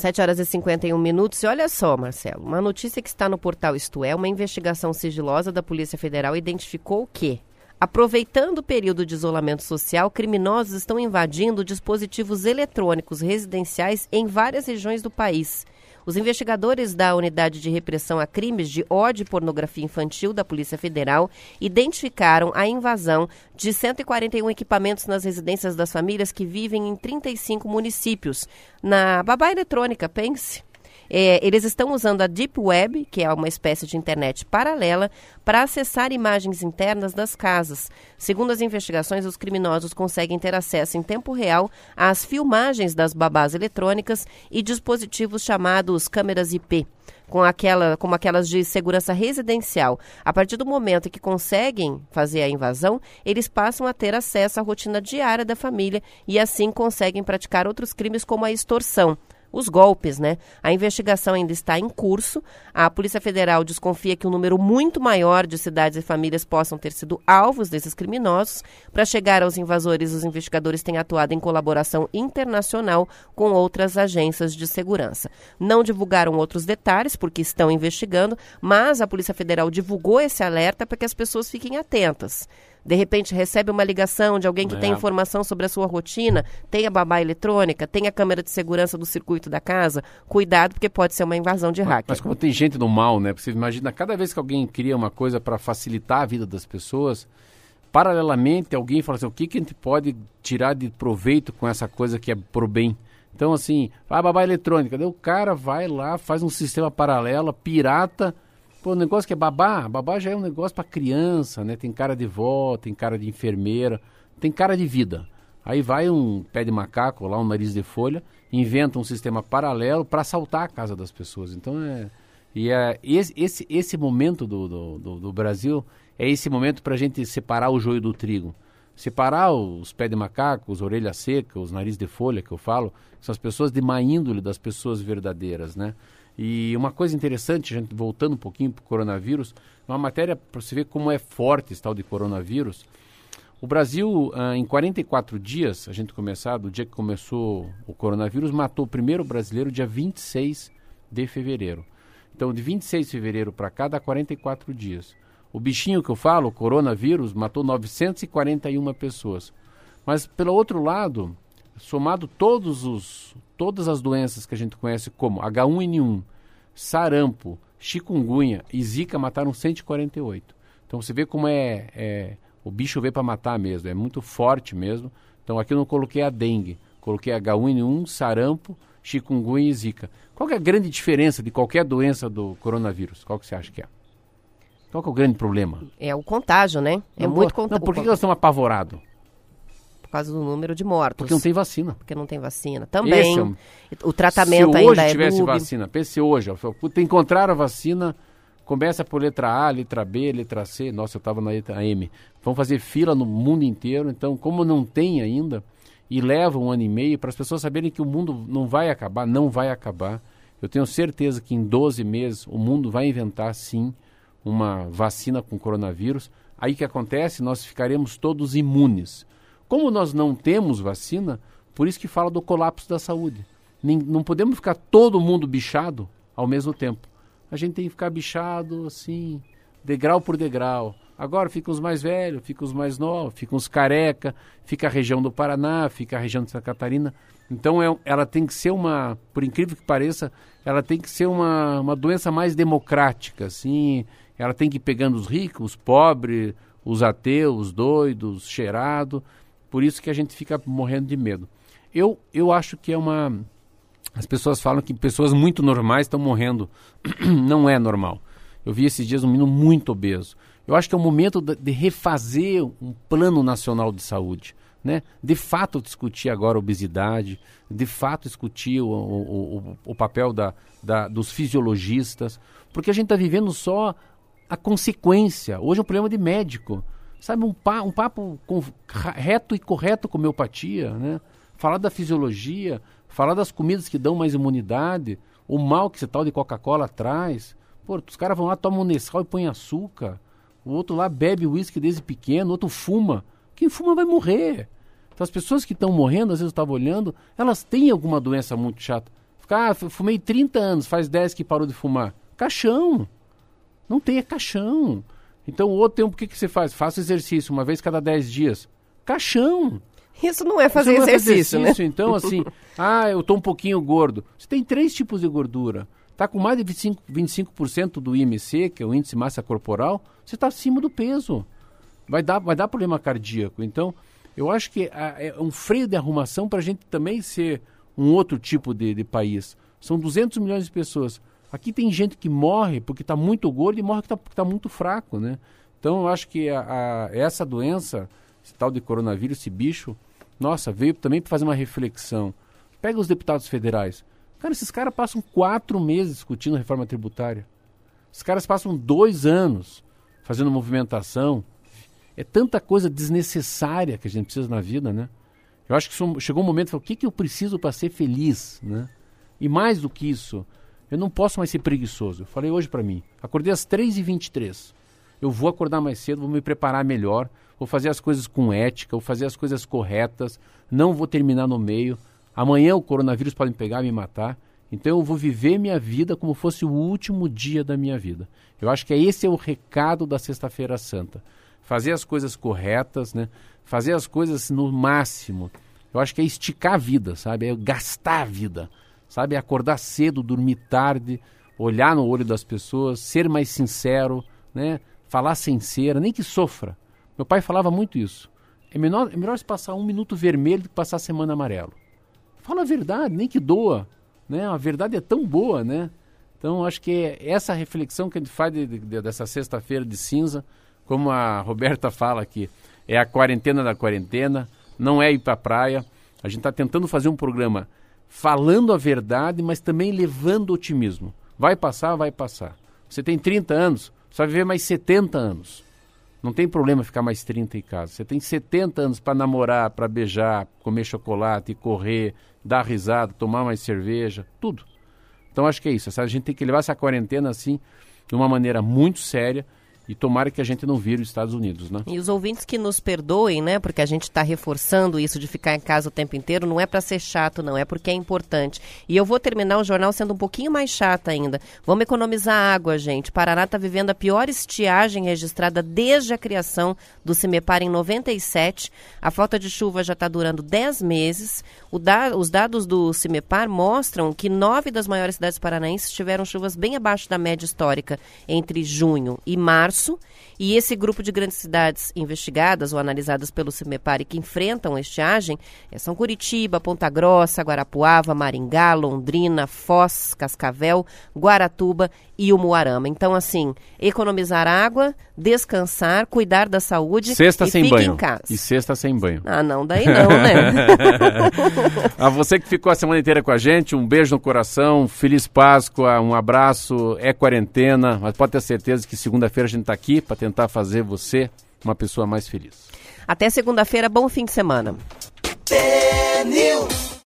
Speaker 3: 7h51. E olha só, Marcelo, uma notícia que está no portal Isto É, uma investigação sigilosa da Polícia Federal identificou que, aproveitando o período de isolamento social, criminosos estão invadindo dispositivos eletrônicos residenciais em várias regiões do país. Os investigadores da Unidade de Repressão a Crimes de Ódio e Pornografia Infantil da Polícia Federal identificaram a invasão de 141 equipamentos nas residências das famílias que vivem em 35 municípios. Na babá eletrônica, pense. Eles estão usando a Deep Web, que é uma espécie de internet paralela, para acessar imagens internas das casas. Segundo as investigações, os criminosos conseguem ter acesso em tempo real às filmagens das babás eletrônicas e dispositivos chamados câmeras IP, como aquelas de segurança residencial. A partir do momento em que conseguem fazer a invasão, eles passam a ter acesso à rotina diária da família e assim conseguem praticar outros crimes como a extorsão. Os golpes, né? A investigação ainda está em curso. A Polícia Federal desconfia que um número muito maior de cidades e famílias possam ter sido alvos desses criminosos. Para chegar aos invasores, os investigadores têm atuado em colaboração internacional com outras agências de segurança. Não divulgaram outros detalhes porque estão investigando, mas a Polícia Federal divulgou esse alerta para que as pessoas fiquem atentas. De repente recebe uma ligação de alguém que tem informação sobre a sua rotina, tem a babá eletrônica, tem a câmera de segurança do circuito da casa, cuidado porque pode ser uma invasão de hacker.
Speaker 4: Mas como tem gente do mal, né? Você imagina, cada vez que alguém cria uma coisa para facilitar a vida das pessoas, paralelamente alguém fala assim, o que a gente pode tirar de proveito com essa coisa que é pro bem? Então assim, a babá eletrônica, daí o cara vai lá, faz um sistema paralelo, pirata. Pô, o negócio que é babá já é um negócio para criança, né? Tem cara de vó, tem cara de enfermeira, tem cara de vida. Aí vai um pé de macaco, lá um nariz de folha, inventa um sistema paralelo para assaltar a casa das pessoas. Então esse momento do Brasil é esse momento para a gente separar o joio do trigo. Separar os pés de macaco, os orelhas secas, os nariz de folha que eu falo, são as pessoas de má índole das pessoas verdadeiras, né? E uma coisa interessante, gente, voltando um pouquinho para o coronavírus, uma matéria para você ver como é forte esse tal de coronavírus. O Brasil, em 44 dias, a gente começar, do dia que começou o coronavírus, matou o primeiro brasileiro dia 26 de fevereiro. Então, de 26 de fevereiro para cá, dá 44 dias. O bichinho que eu falo, o coronavírus, matou 941 pessoas. Mas, pelo outro lado, somado todas as doenças que a gente conhece como H1N1, sarampo, chikungunya e zika mataram 148. Então você vê como o bicho veio para matar mesmo, é muito forte mesmo. Então aqui eu não coloquei a dengue, coloquei H1N1, sarampo, chikungunya e zika. Qual que é a grande diferença de qualquer doença do coronavírus? Qual que você acha que é? Qual que é o grande problema?
Speaker 3: É o contágio, né?
Speaker 4: Por que nós estamos apavorados?
Speaker 3: Por causa do número de mortos.
Speaker 4: Porque não tem vacina.
Speaker 3: Porque não tem vacina. Também, o tratamento ainda é
Speaker 4: Se hoje tivesse vacina, pense hoje, encontraram a vacina, começa por letra A, letra B, letra C, nossa, eu estava na letra M. Vão fazer fila no mundo inteiro, então, como não tem ainda, e leva 1 ano e meio, para as pessoas saberem que o mundo não vai acabar. Eu tenho certeza que em 12 meses o mundo vai inventar, sim, uma vacina com coronavírus. Aí o que acontece? Nós ficaremos todos imunes. Como nós não temos vacina, por isso que fala do colapso da saúde. Não podemos ficar todo mundo bichado ao mesmo tempo. A gente tem que ficar bichado assim, degrau por degrau. Agora ficam os mais velhos, ficam os mais novos, ficam os careca, fica a região do Paraná, fica a região de Santa Catarina. Então ela tem que ser por incrível que pareça, ela tem que ser uma doença mais democrática, assim. Ela tem que ir pegando os ricos, os pobres, os ateus, os doidos, os cheirados. Por isso que a gente fica morrendo de medo. Eu acho que as pessoas falam que pessoas muito normais estão morrendo. Não é normal. Eu vi esses dias um menino muito obeso. Eu acho que é o momento de refazer um plano nacional de saúde, né? De fato discutir agora a obesidade, de fato discutir o papel dos fisiologistas, porque a gente está vivendo só a consequência. Hoje é um problema de médico. Sabe, um papo reto e correto com homeopatia, né? Falar da fisiologia, falar das comidas que dão mais imunidade, o mal que esse tal de Coca-Cola traz. Pô, os caras vão lá, tomam Nescau e põem açúcar. O outro lá bebe uísque desde pequeno, o outro fuma. Quem fuma vai morrer. Então as pessoas que estão morrendo, às vezes eu estava olhando, elas têm alguma doença muito chata. Fumei 30 anos, faz 10 que parou de fumar. Caixão. Não tem, é caixão. Então o outro tempo, o que você faz? Faça exercício uma vez cada 10 dias. Caixão.
Speaker 3: Isso não é fazer exercício, né?
Speaker 4: Então, assim, eu estou um pouquinho gordo. Você tem 3 tipos de gordura. Está com mais de 25% do IMC, que é o índice de massa corporal, você está acima do peso. Vai dar problema cardíaco. Então, eu acho que é um freio de arrumação para a gente também ser um outro tipo de país. São 200 milhões de pessoas. Aqui tem gente que morre porque está muito gordo e morre porque está muito fraco, né? Então, eu acho que essa doença, esse tal de coronavírus, esse bicho, nossa, veio também para fazer uma reflexão. Pega os deputados federais. Cara, esses caras passam 4 meses discutindo a reforma tributária. Esses caras passam 2 anos fazendo movimentação. É tanta coisa desnecessária que a gente precisa na vida, né? Eu acho que chegou um momento, o que eu preciso para ser feliz, né? E mais do que isso, eu não posso mais ser preguiçoso. Eu falei hoje para mim, acordei às 3h23. Eu vou acordar mais cedo, vou me preparar melhor, vou fazer as coisas com ética, vou fazer as coisas corretas, não vou terminar no meio. Amanhã o coronavírus pode me pegar e me matar. Então eu vou viver minha vida como fosse o último dia da minha vida. Eu acho que esse é o recado da Sexta-feira Santa. Fazer as coisas corretas, né? Fazer as coisas no máximo. Eu acho que é esticar a vida, sabe? É gastar a vida, sabe? É acordar cedo, dormir tarde, olhar no olho das pessoas, ser mais sincero, né? Falar sem cera, nem que sofra. Meu pai falava muito isso. É melhor se passar 1 minuto vermelho do que passar a semana amarelo. Fala a verdade, nem que doa, né? A verdade é tão boa, né? Então, acho que é essa reflexão que a gente faz dessa sexta-feira de cinza, como a Roberta fala aqui, é a quarentena da quarentena, não é ir para a praia. A gente está tentando fazer um programa falando a verdade, mas também levando otimismo. Vai passar, vai passar. Você tem 30 anos, você vai viver mais 70 anos. Não tem problema ficar mais 30 em casa. Você tem 70 anos para namorar, para beijar, comer chocolate, correr, dar risada, tomar mais cerveja, tudo. Então acho que é isso. A gente tem que levar essa quarentena assim, de uma maneira muito séria, e tomara que a gente não vire os Estados Unidos, né?
Speaker 3: E os ouvintes que nos perdoem, né? Porque a gente está reforçando isso de ficar em casa o tempo inteiro. Não é para ser chato, não. É porque é importante. E eu vou terminar o jornal sendo um pouquinho mais chata ainda. Vamos economizar água, gente. Paraná está vivendo a pior estiagem registrada desde a criação do CIMEPAR em 97. A falta de chuva já está durando 10 meses. Os dados do CIMEPAR mostram que 9 das maiores cidades paranaenses tiveram chuvas bem abaixo da média histórica entre junho e março. E esse grupo de grandes cidades investigadas ou analisadas pelo CIMEPAR e que enfrentam a estiagem são Curitiba, Ponta Grossa, Guarapuava, Maringá, Londrina, Foz, Cascavel, Guaratuba e Umuarama. Então, assim, economizar água, descansar, cuidar da saúde
Speaker 4: sexta
Speaker 3: e
Speaker 4: sem
Speaker 3: fique
Speaker 4: banho.
Speaker 3: em casa.
Speaker 4: E sexta sem banho.
Speaker 3: Ah, não, daí não, né?
Speaker 4: A você que ficou a semana inteira com a gente, um beijo no coração, Feliz Páscoa, um abraço, é quarentena, mas pode ter certeza que segunda-feira a gente está aqui para tentar fazer você uma pessoa mais feliz.
Speaker 3: Até segunda-feira, bom fim de semana.
Speaker 2: TNews.